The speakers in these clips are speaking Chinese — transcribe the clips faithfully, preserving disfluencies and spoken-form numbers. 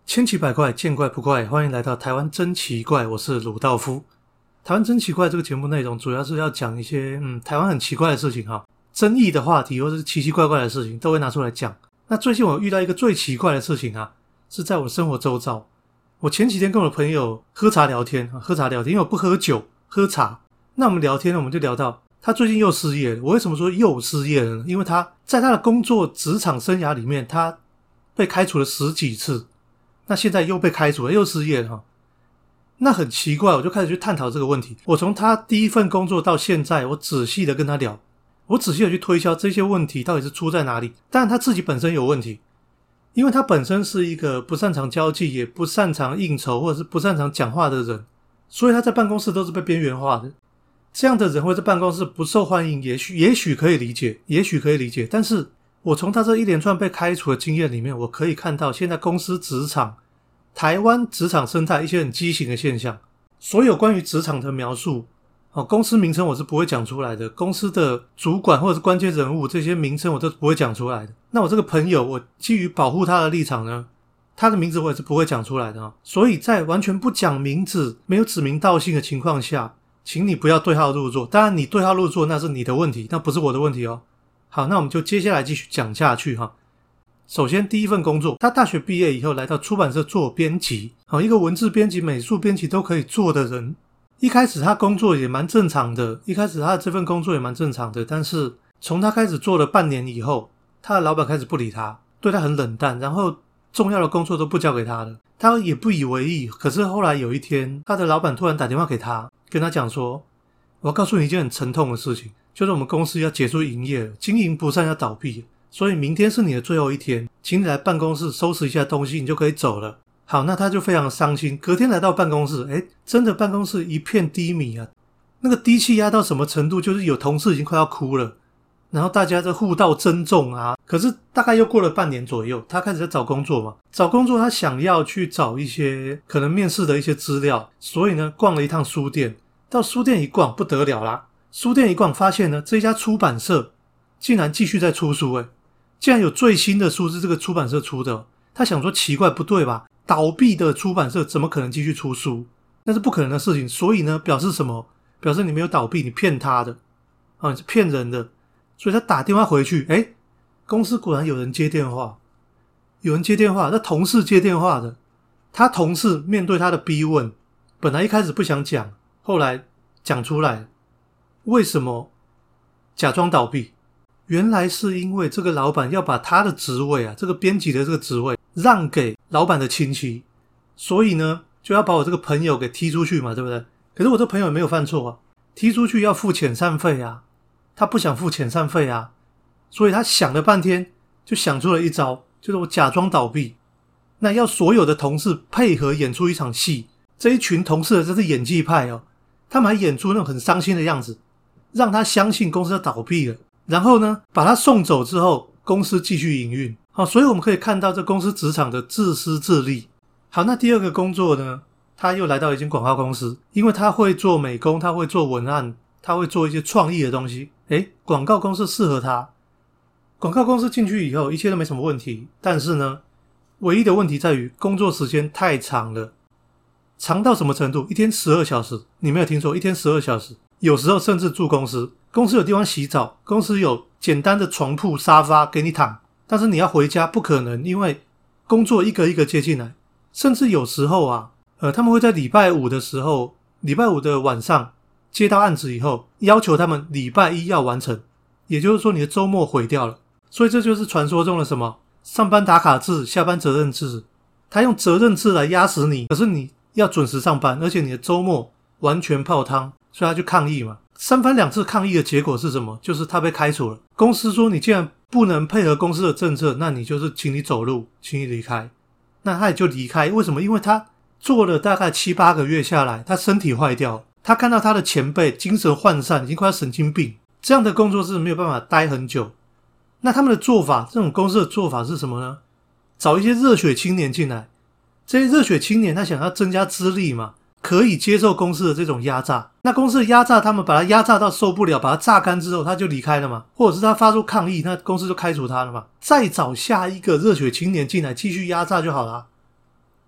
千奇百怪，见怪不怪，欢迎来到台湾真奇怪，我是鲁道夫。台湾真奇怪这个节目内容主要是要讲一些嗯台湾很奇怪的事情哈，争议的话题或是奇奇怪怪的事情都会拿出来讲。那最近我遇到一个最奇怪的事情啊，是在我生活周遭。我前几天跟我的朋友喝茶聊天，喝茶聊天，因为我不喝酒，喝茶。那我们聊天，我们就聊到他最近又失业了。我为什么说又失业了呢？因为他在他的工作职场生涯里面，他被开除了十几次。那现在又被开除了，又失业了哈。那很奇怪，我就开始去探讨这个问题。我从他第一份工作到现在，我仔细的跟他聊，我仔细的去推敲这些问题到底是出在哪里。当然他自己本身有问题，因为他本身是一个不擅长交际，也不擅长应酬，或者是不擅长讲话的人，所以他在办公室都是被边缘化的。这样的人会在办公室不受欢迎，也许也许可以理解，也许可以理解。但是我从他这一连串被开除的经验里面，我可以看到现在公司职场台湾职场生态一些很畸形的现象。所有关于职场的描述、哦、公司名称我是不会讲出来的，公司的主管或者是关键人物这些名称我都不会讲出来的。那我这个朋友，我基于保护他的立场呢，他的名字我也是不会讲出来的、哦、所以在完全不讲名字，没有指名道姓的情况下，请你不要对号入座。当然你对号入座那是你的问题，那不是我的问题哦。好，那我们就接下来继续讲下去哈。首先第一份工作，他大学毕业以后来到出版社做编辑，好，一个文字编辑、美术编辑都可以做的人。一开始他工作也蛮正常的，一开始他的这份工作也蛮正常的，但是从他开始做了半年以后，他的老板开始不理他，对他很冷淡，然后重要的工作都不交给他了，他也不以为意。可是后来有一天，他的老板突然打电话给他，跟他讲说，我要告诉你一件很沉痛的事情，就是我们公司要结束营业了，经营不善要倒闭了，所以明天是你的最后一天，请你来办公室收拾一下东西，你就可以走了。好，那他就非常伤心。隔天来到办公室，诶，真的办公室一片低迷啊，那个低气压到什么程度，就是有同事已经快要哭了，然后大家在互道珍重啊。可是大概又过了半年左右，他开始在找工作嘛，找工作他想要去找一些可能面试的一些资料，所以呢逛了一趟书店。到书店一逛不得了啦，书店一逛发现呢，这家出版社竟然继续在出书诶，竟然有最新的书是这个出版社出的、哦、他想说奇怪，不对吧，倒闭的出版社怎么可能继续出书，那是不可能的事情。所以呢表示什么？表示你没有倒闭，你骗他的、哦、你是骗人的。所以他打电话回去，诶，公司果然有人接电话，有人接电话，那同事接电话的。他同事面对他的逼问，本来一开始不想讲，后来讲出来，为什么假装倒闭？原来是因为这个老板要把他的职位啊，这个编辑的这个职位让给老板的亲戚，所以呢就要把我这个朋友给踢出去嘛，对不对？可是我这朋友也没有犯错啊，踢出去要付遣散费啊，他不想付遣散费啊，所以他想了半天就想出了一招，就是我假装倒闭，那要所有的同事配合演出一场戏。这一群同事的真是演技派哦，他们还演出那种很伤心的样子，让他相信公司要倒闭了，然后呢把他送走之后，公司继续营运。好，所以我们可以看到这公司职场的自私自利。好，那第二个工作呢，他又来到一间广告公司，因为他会做美工，他会做文案，他会做一些创意的东西，诶，广告公司适合他。广告公司进去以后一切都没什么问题，但是呢唯一的问题在于工作时间太长了。长到什么程度？一天十二小时，你没有听错，一天十二小时。有时候甚至住公司，公司有地方洗澡，公司有简单的床铺沙发给你躺，但是你要回家不可能，因为工作一个一个接进来。甚至有时候啊呃，他们会在礼拜五的时候，礼拜五的晚上接到案子以后，要求他们礼拜一要完成，也就是说你的周末毁掉了。所以这就是传说中的什么上班打卡制，下班责任制。他用责任制来压死你，可是你要准时上班，而且你的周末完全泡汤，所以他去抗议嘛。三番两次抗议的结果是什么？就是他被开除了。公司说你既然不能配合公司的政策，那你就是请你走路，请你离开。那他也就离开。为什么？因为他做了大概七八个月下来，他身体坏掉，他看到他的前辈精神涣散，已经快要神经病，这样的工作是没有办法待很久。那他们的做法，这种公司的做法是什么呢？找一些热血青年进来，这些热血青年他想要增加资历嘛，可以接受公司的这种压榨。那公司的压榨，他们把他压榨到受不了，把他榨干之后，他就离开了嘛，或者是他发出抗议，那公司就开除他了嘛，再找下一个热血青年进来继续压榨就好了。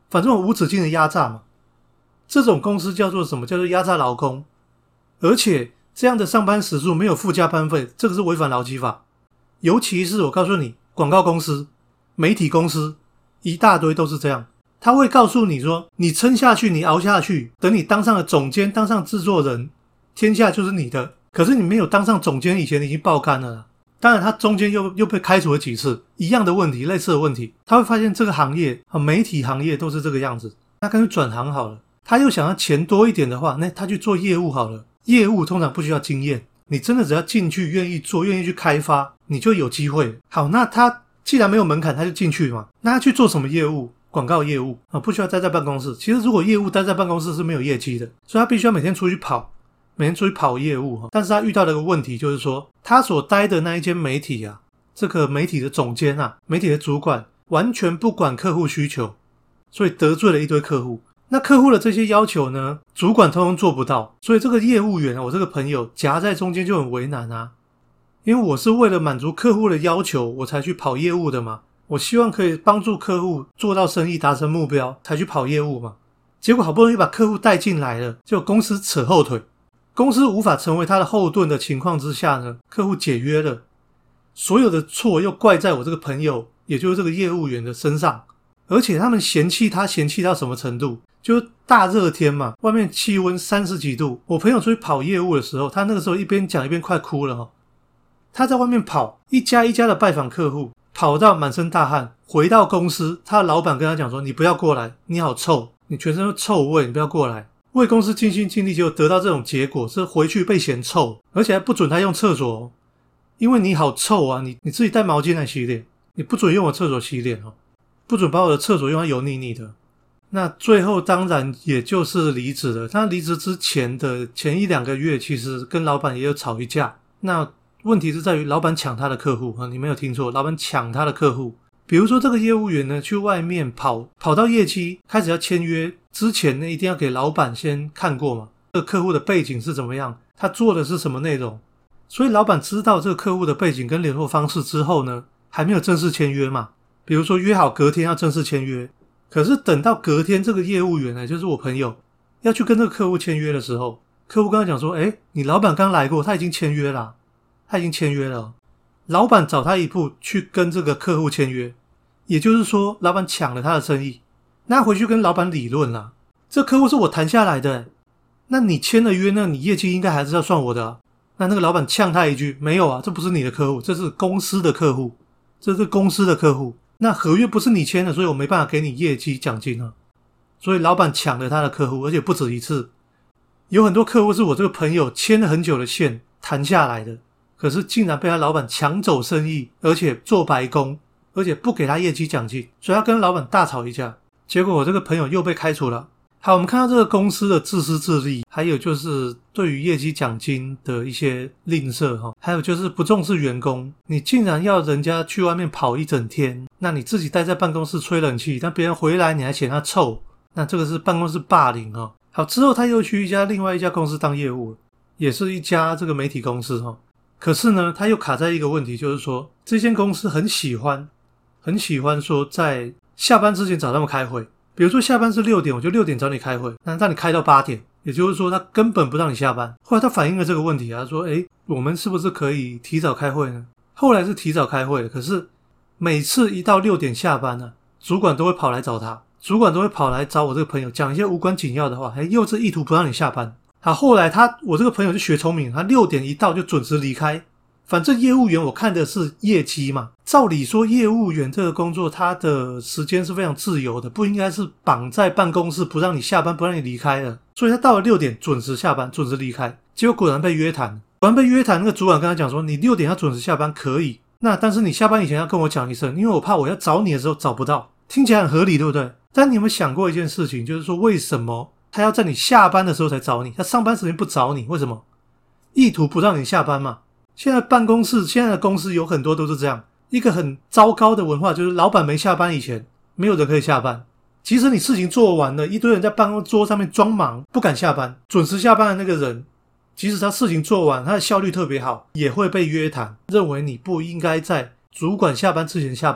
反正我无止境的压榨嘛。这种公司叫做什么？叫做压榨劳工。而且这样的上班时数没有附加班费，这个是违反劳基法。尤其是我告诉你，广告公司、媒体公司一大堆都是这样。他会告诉你说，你撑下去，你熬下去，等你当上了总监，当上制作人，天下就是你的。可是你没有当上总监以前，你已经爆肝了啦。当然他中间又又被开除了几次，一样的问题，类似的问题。他会发现这个行业媒体行业都是这个样子，他干脆转行好了。他又想要钱多一点的话，那他去做业务好了。业务通常不需要经验，你真的只要进去愿意做，愿意去开发，你就有机会。好，那他既然没有门槛，他就进去嘛。那他去做什么业务？广告业务啊，不需要待在办公室。其实如果业务待在办公室是没有业绩的，所以他必须要每天出去跑，每天出去跑业务。但是他遇到的一个问题就是说，他所待的那一间媒体啊，这个媒体的总监啊，媒体的主管完全不管客户需求，所以得罪了一堆客户。那客户的这些要求呢，主管通通做不到，所以这个业务员啊，我这个朋友夹在中间就很为难啊。因为我是为了满足客户的要求，我才去跑业务的嘛。我希望可以帮助客户做到生意，达成目标，才去跑业务嘛。结果好不容易把客户带进来了，结果公司扯后腿，公司无法成为他的后盾的情况之下呢，客户解约了，所有的错又怪在我这个朋友，也就是这个业务员的身上。而且他们嫌弃他嫌弃到什么程度？就大热天嘛，外面气温三十几度，我朋友出去跑业务的时候，他那个时候一边讲一边快哭了齁。他在外面跑，一家一家的拜访客户，跑到满身大汗，回到公司，他的老板跟他讲说，你不要过来，你好臭，你全身都臭味，你不要过来。为公司尽心尽力，结果得到这种结果，是回去被嫌臭，而且还不准他用厕所哦，因为你好臭啊，你你自己带毛巾来洗脸，你不准用我厕所洗脸哦，不准把我的厕所用到油腻腻的。那最后当然也就是离职了。他离职之前的前一两个月，其实跟老板也有吵一架。那问题是在于老板抢他的客户，你没有听错，老板抢他的客户。比如说这个业务员呢，去外面跑，跑到业绩开始要签约之前呢，一定要给老板先看过嘛，这个客户的背景是怎么样，他做的是什么内容。所以老板知道这个客户的背景跟联络方式之后呢，还没有正式签约嘛。比如说约好隔天要正式签约，可是等到隔天这个业务员呢，就是我朋友要去跟这个客户签约的时候，客户跟他讲说，诶，你老板刚来过，他已经签约啦，他已经签约了。老板早他一步去跟这个客户签约，也就是说老板抢了他的生意。那回去跟老板理论啦，这客户是我谈下来的，那你签了约，那你业绩应该还是要算我的啊。那那个老板呛他一句，没有啊，这不是你的客户，这是公司的客户，这是公司的客户，那合约不是你签的，所以我没办法给你业绩奖金啊。所以老板抢了他的客户，而且不止一次，有很多客户是我这个朋友签了很久的线谈下来的，可是竟然被他老板抢走生意，而且做白工，而且不给他业绩奖金，所以他跟老板大吵一架，结果我这个朋友又被开除了。好，我们看到这个公司的自私自利，还有就是对于业绩奖金的一些吝啬，还有就是不重视员工，你竟然要人家去外面跑一整天，那你自己待在办公室吹冷气，但别人回来你还嫌他臭，那这个是办公室霸凌。好，之后他又去一家另外一家公司当业务，也是一家这个媒体公司。可是呢他又卡在一个问题，就是说这间公司很喜欢很喜欢说在下班之前找他们开会，比如说下班是六点，我就六点找你开会，那让你开到八点，也就是说他根本不让你下班。后来他反映了这个问题，他说诶，我们是不是可以提早开会呢？后来是提早开会了，可是每次一到六点下班呢，主管都会跑来找他，主管都会跑来找我这个朋友讲一些无关紧要的话，诶，又是意图不让你下班。好，后来他我这个朋友就学聪明，他六点一到就准时离开，反正业务员我看的是业绩嘛，照理说业务员这个工作他的时间是非常自由的，不应该是绑在办公室不让你下班不让你离开的，所以他到了六点准时下班准时离开，结果果然被约谈，果然被约谈。那个主管跟他讲说，你六点要准时下班可以，那但是你下班以前要跟我讲一声，因为我怕我要找你的时候找不到。听起来很合理对不对？但你有没有想过一件事情，就是说为什么他要在你下班的时候才找你，他上班时间不找你，为什么？意图不让你下班嘛。现在办公室现在的公司有很多都是这样，一个很糟糕的文化，就是老板没下班以前没有人可以下班，即使你事情做完了，一堆人在办公桌上面装忙不敢下班，准时下班的那个人即使他事情做完他的效率特别好，也会被约谈，认为你不应该在主管下班之前下班，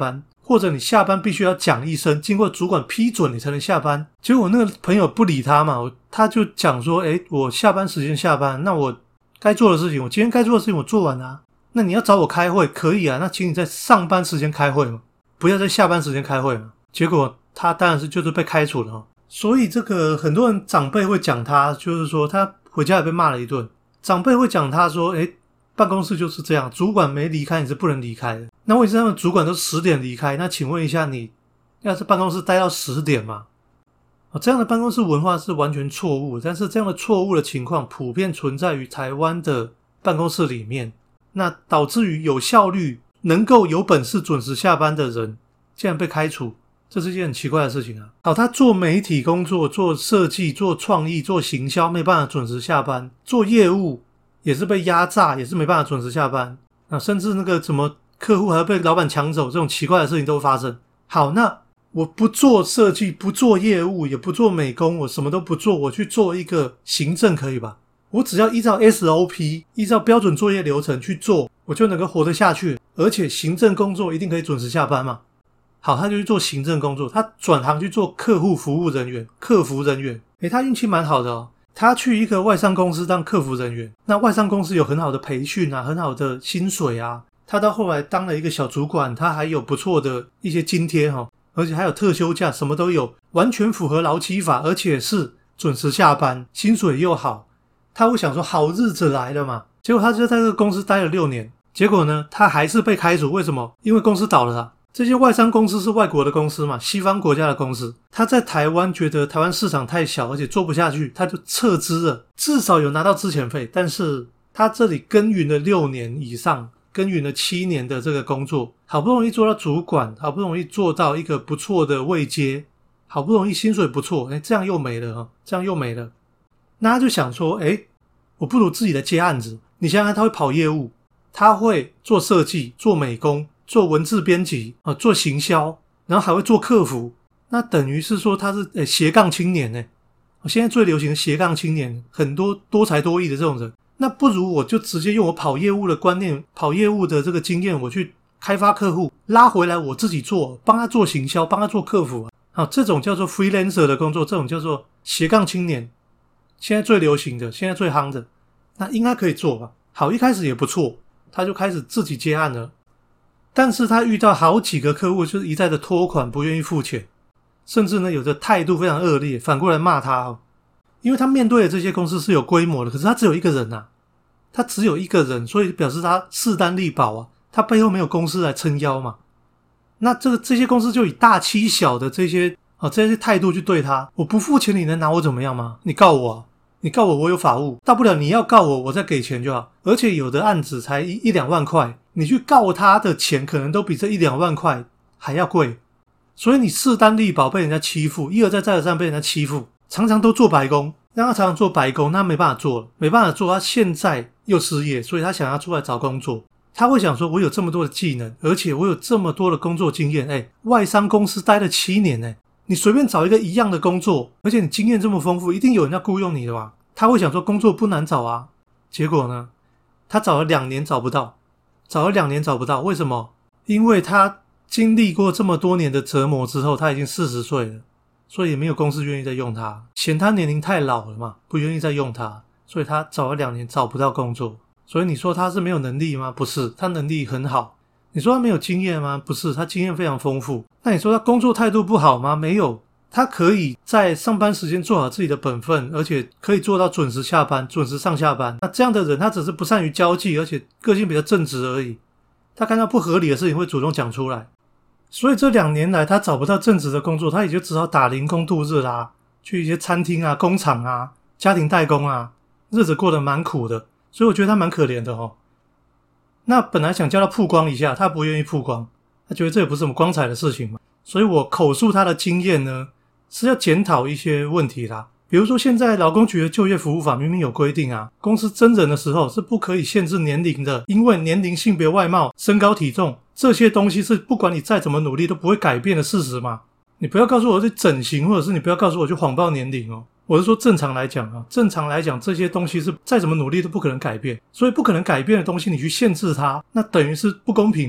或者你下班必须要讲一声，经过主管批准你才能下班。结果我那个朋友不理他嘛，他就讲说诶我下班时间下班，那我该做的事情，我今天该做的事情我做完啊，那你要找我开会可以啊，那请你在上班时间开会嘛，不要在下班时间开会嘛。结果他当然是就是被开除了哦。所以这个很多人长辈会讲他，就是说他回家也被骂了一顿，长辈会讲他说诶办公室就是这样，主管没离开你是不能离开的。那问题是他们主管都十点离开，那请问一下，你要是办公室待到十点嘛？哦，这样的办公室文化是完全错误的，但是这样的错误的情况普遍存在于台湾的办公室里面，那导致于有效率能够有本事准时下班的人竟然被开除，这是一件很奇怪的事情啊。好，他做媒体工作，做设计，做创意，做行销，没办法准时下班，做业务也是被压榨，也是没办法准时下班啊，甚至那个什么客户还要被老板抢走，这种奇怪的事情都会发生。好，那我不做设计，不做业务，也不做美工，我什么都不做，我去做一个行政可以吧？我只要依照 S O P 依照标准作业流程去做，我就能够活得下去，而且行政工作一定可以准时下班嘛。好，他就去做行政工作，他转行去做客户服务人员，客服人员。诶，他运气蛮好的哦，他去一个外商公司当客服人员，那外商公司有很好的培训啊，很好的薪水啊，他到后来当了一个小主管，他还有不错的一些津贴哦，而且还有特休假，什么都有，完全符合劳基法，而且是准时下班，薪水又好。他会想说好日子来了嘛，结果他就在这个公司待了六年，结果呢他还是被开除。为什么？因为公司倒了啊。这些外商公司是外国的公司嘛，西方国家的公司，他在台湾觉得台湾市场太小，而且做不下去，他就撤资了，至少有拿到资遣费，但是他这里耕耘了六年以上，耕耘了七年的这个工作，好不容易做到主管，好不容易做到一个不错的位阶，好不容易薪水不错，诶这样又没了，这样又没了。那他就想说诶我不如自己来接案子。你想想看，他会跑业务，他会做设计，做美工，做文字编辑、呃、做行销，然后还会做客服，那等于是说他是诶斜杠青年诶。现在最流行的斜杠青年，很多多才多艺的这种人，那不如我就直接用我跑业务的观念，跑业务的这个经验，我去开发客户，拉回来我自己做，帮他做行销，帮他做客服啊。好，这种叫做 freelancer 的工作，这种叫做斜杠青年，现在最流行的，现在最夯的，那应该可以做吧。好，一开始也不错，他就开始自己接案了，但是他遇到好几个客户就是一再的拖款，不愿意付钱，甚至呢有的态度非常恶劣，反过来骂他哦。因为他面对的这些公司是有规模的，可是他只有一个人啊，他只有一个人，所以表示他势单力薄啊，他背后没有公司来撑腰嘛。那这个这些公司就以大欺小的这些啊这些态度去对他，我不付钱你能拿我怎么样吗？你告我啊，你告我我有法务，大不了你要告我，我再给钱就好。而且有的案子才一一两万块，你去告他的钱可能都比这一两万块还要贵，所以你势单力薄，被人家欺负，一而再再而三被人家欺负，常常都做白工，让他常常做白工，那没办法做了，没办法做，他现在又失业，所以他想要出来找工作。他会想说我有这么多的技能，而且我有这么多的工作经验，诶外商公司待了七年诶你随便找一个一样的工作，而且你经验这么丰富，一定有人要雇佣你的吧。他会想说工作不难找啊，结果呢他找了两年找不到，找了两年找不到，为什么？因为他经历过这么多年的折磨之后，他已经四十岁了，所以也没有公司愿意再用他，嫌他年龄太老了嘛，不愿意再用他，所以他找了两年找不到工作。所以你说他是没有能力吗？不是，他能力很好。你说他没有经验吗？不是，他经验非常丰富。那你说他工作态度不好吗？没有，他可以在上班时间做好自己的本分，而且可以做到准时下班，准时上下班。那这样的人他只是不善于交际，而且个性比较正直而已，他看到不合理的事情会主动讲出来。所以这两年来他找不到正职的工作，他也就只好打零工度日啦，去一些餐厅啊、工厂啊、家庭代工啊，日子过得蛮苦的。所以我觉得他蛮可怜的哦。那本来想叫他曝光一下，他不愿意曝光，他觉得这也不是什么光彩的事情嘛。所以我口述他的经验呢，是要检讨一些问题啦。比如说现在劳工局的就业服务法明明有规定啊，公司征人的时候是不可以限制年龄的，因为年龄、性别、外貌、身高、体重这些东西是不管你再怎么努力都不会改变的事实嘛。你不要告诉我去整形，或者是你不要告诉我去谎报年龄哦。我是说正常来讲啊，正常来讲这些东西是再怎么努力都不可能改变，所以不可能改变的东西你去限制它，那等于是不公平的啊。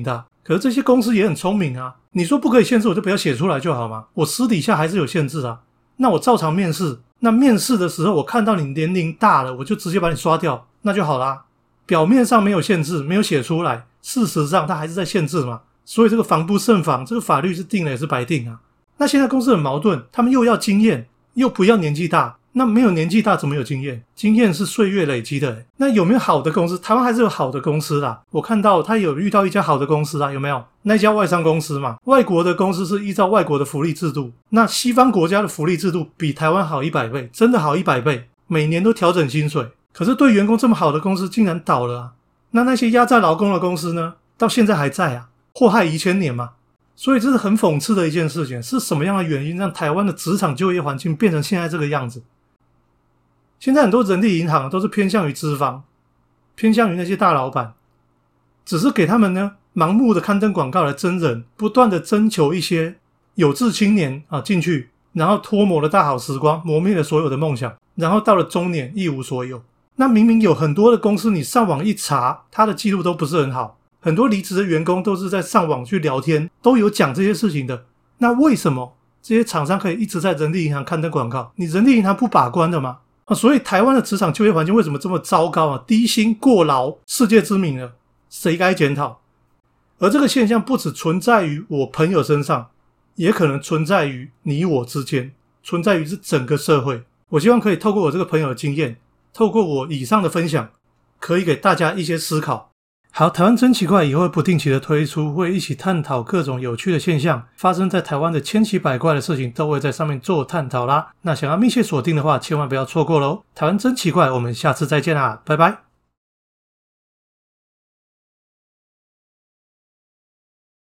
可是这些公司也很聪明啊，你说不可以限制，我就不要写出来就好嘛，我私底下还是有限制啊。那我照常面试，那面试的时候我看到你年龄大了，我就直接把你刷掉，那就好啦。表面上没有限制，没有写出来，事实上它还是在限制嘛。所以这个防不胜防，这个法律是定了也是白定啊。那现在公司很矛盾，他们又要经验，又不要年纪大。那没有年纪大怎么有经验？经验是岁月累积的、欸。那有没有好的公司？台湾还是有好的公司啦。我看到他有遇到一家好的公司啊，有没有？那家外商公司嘛，外国的公司是依照外国的福利制度，那西方国家的福利制度比台湾好一百倍，真的好一百倍，每年都调整薪水。可是对员工这么好的公司竟然倒了啊！那那些压榨劳工的公司呢？到现在还在啊，祸害一千年嘛。所以这是很讽刺的一件事情，是什么样的原因让台湾的职场就业环境变成现在这个样子？现在很多人力银行都是偏向于资方，偏向于那些大老板，只是给他们呢盲目的刊登广告来征人，不断的征求一些有志青年啊进去，然后脱模了大好时光，磨灭了所有的梦想，然后到了中年一无所有。那明明有很多的公司，你上网一查，他的记录都不是很好，很多离职的员工都是在上网去聊天，都有讲这些事情的。那为什么这些厂商可以一直在人力银行刊登广告？你人力银行不把关的吗？啊，所以台湾的职场就业环境为什么这么糟糕啊？低薪过劳，世界知名了，谁该检讨？而这个现象不只存在于我朋友身上，也可能存在于你我之间，存在于这整个社会。我希望可以透过我这个朋友的经验，透过我以上的分享，可以给大家一些思考。好，台湾真奇怪以后会不定期的推出，会一起探讨各种有趣的现象，发生在台湾的千奇百怪的事情都会在上面做探讨啦。那想要密切锁定的话，千万不要错过咯。台湾真奇怪，我们下次再见啦，拜拜。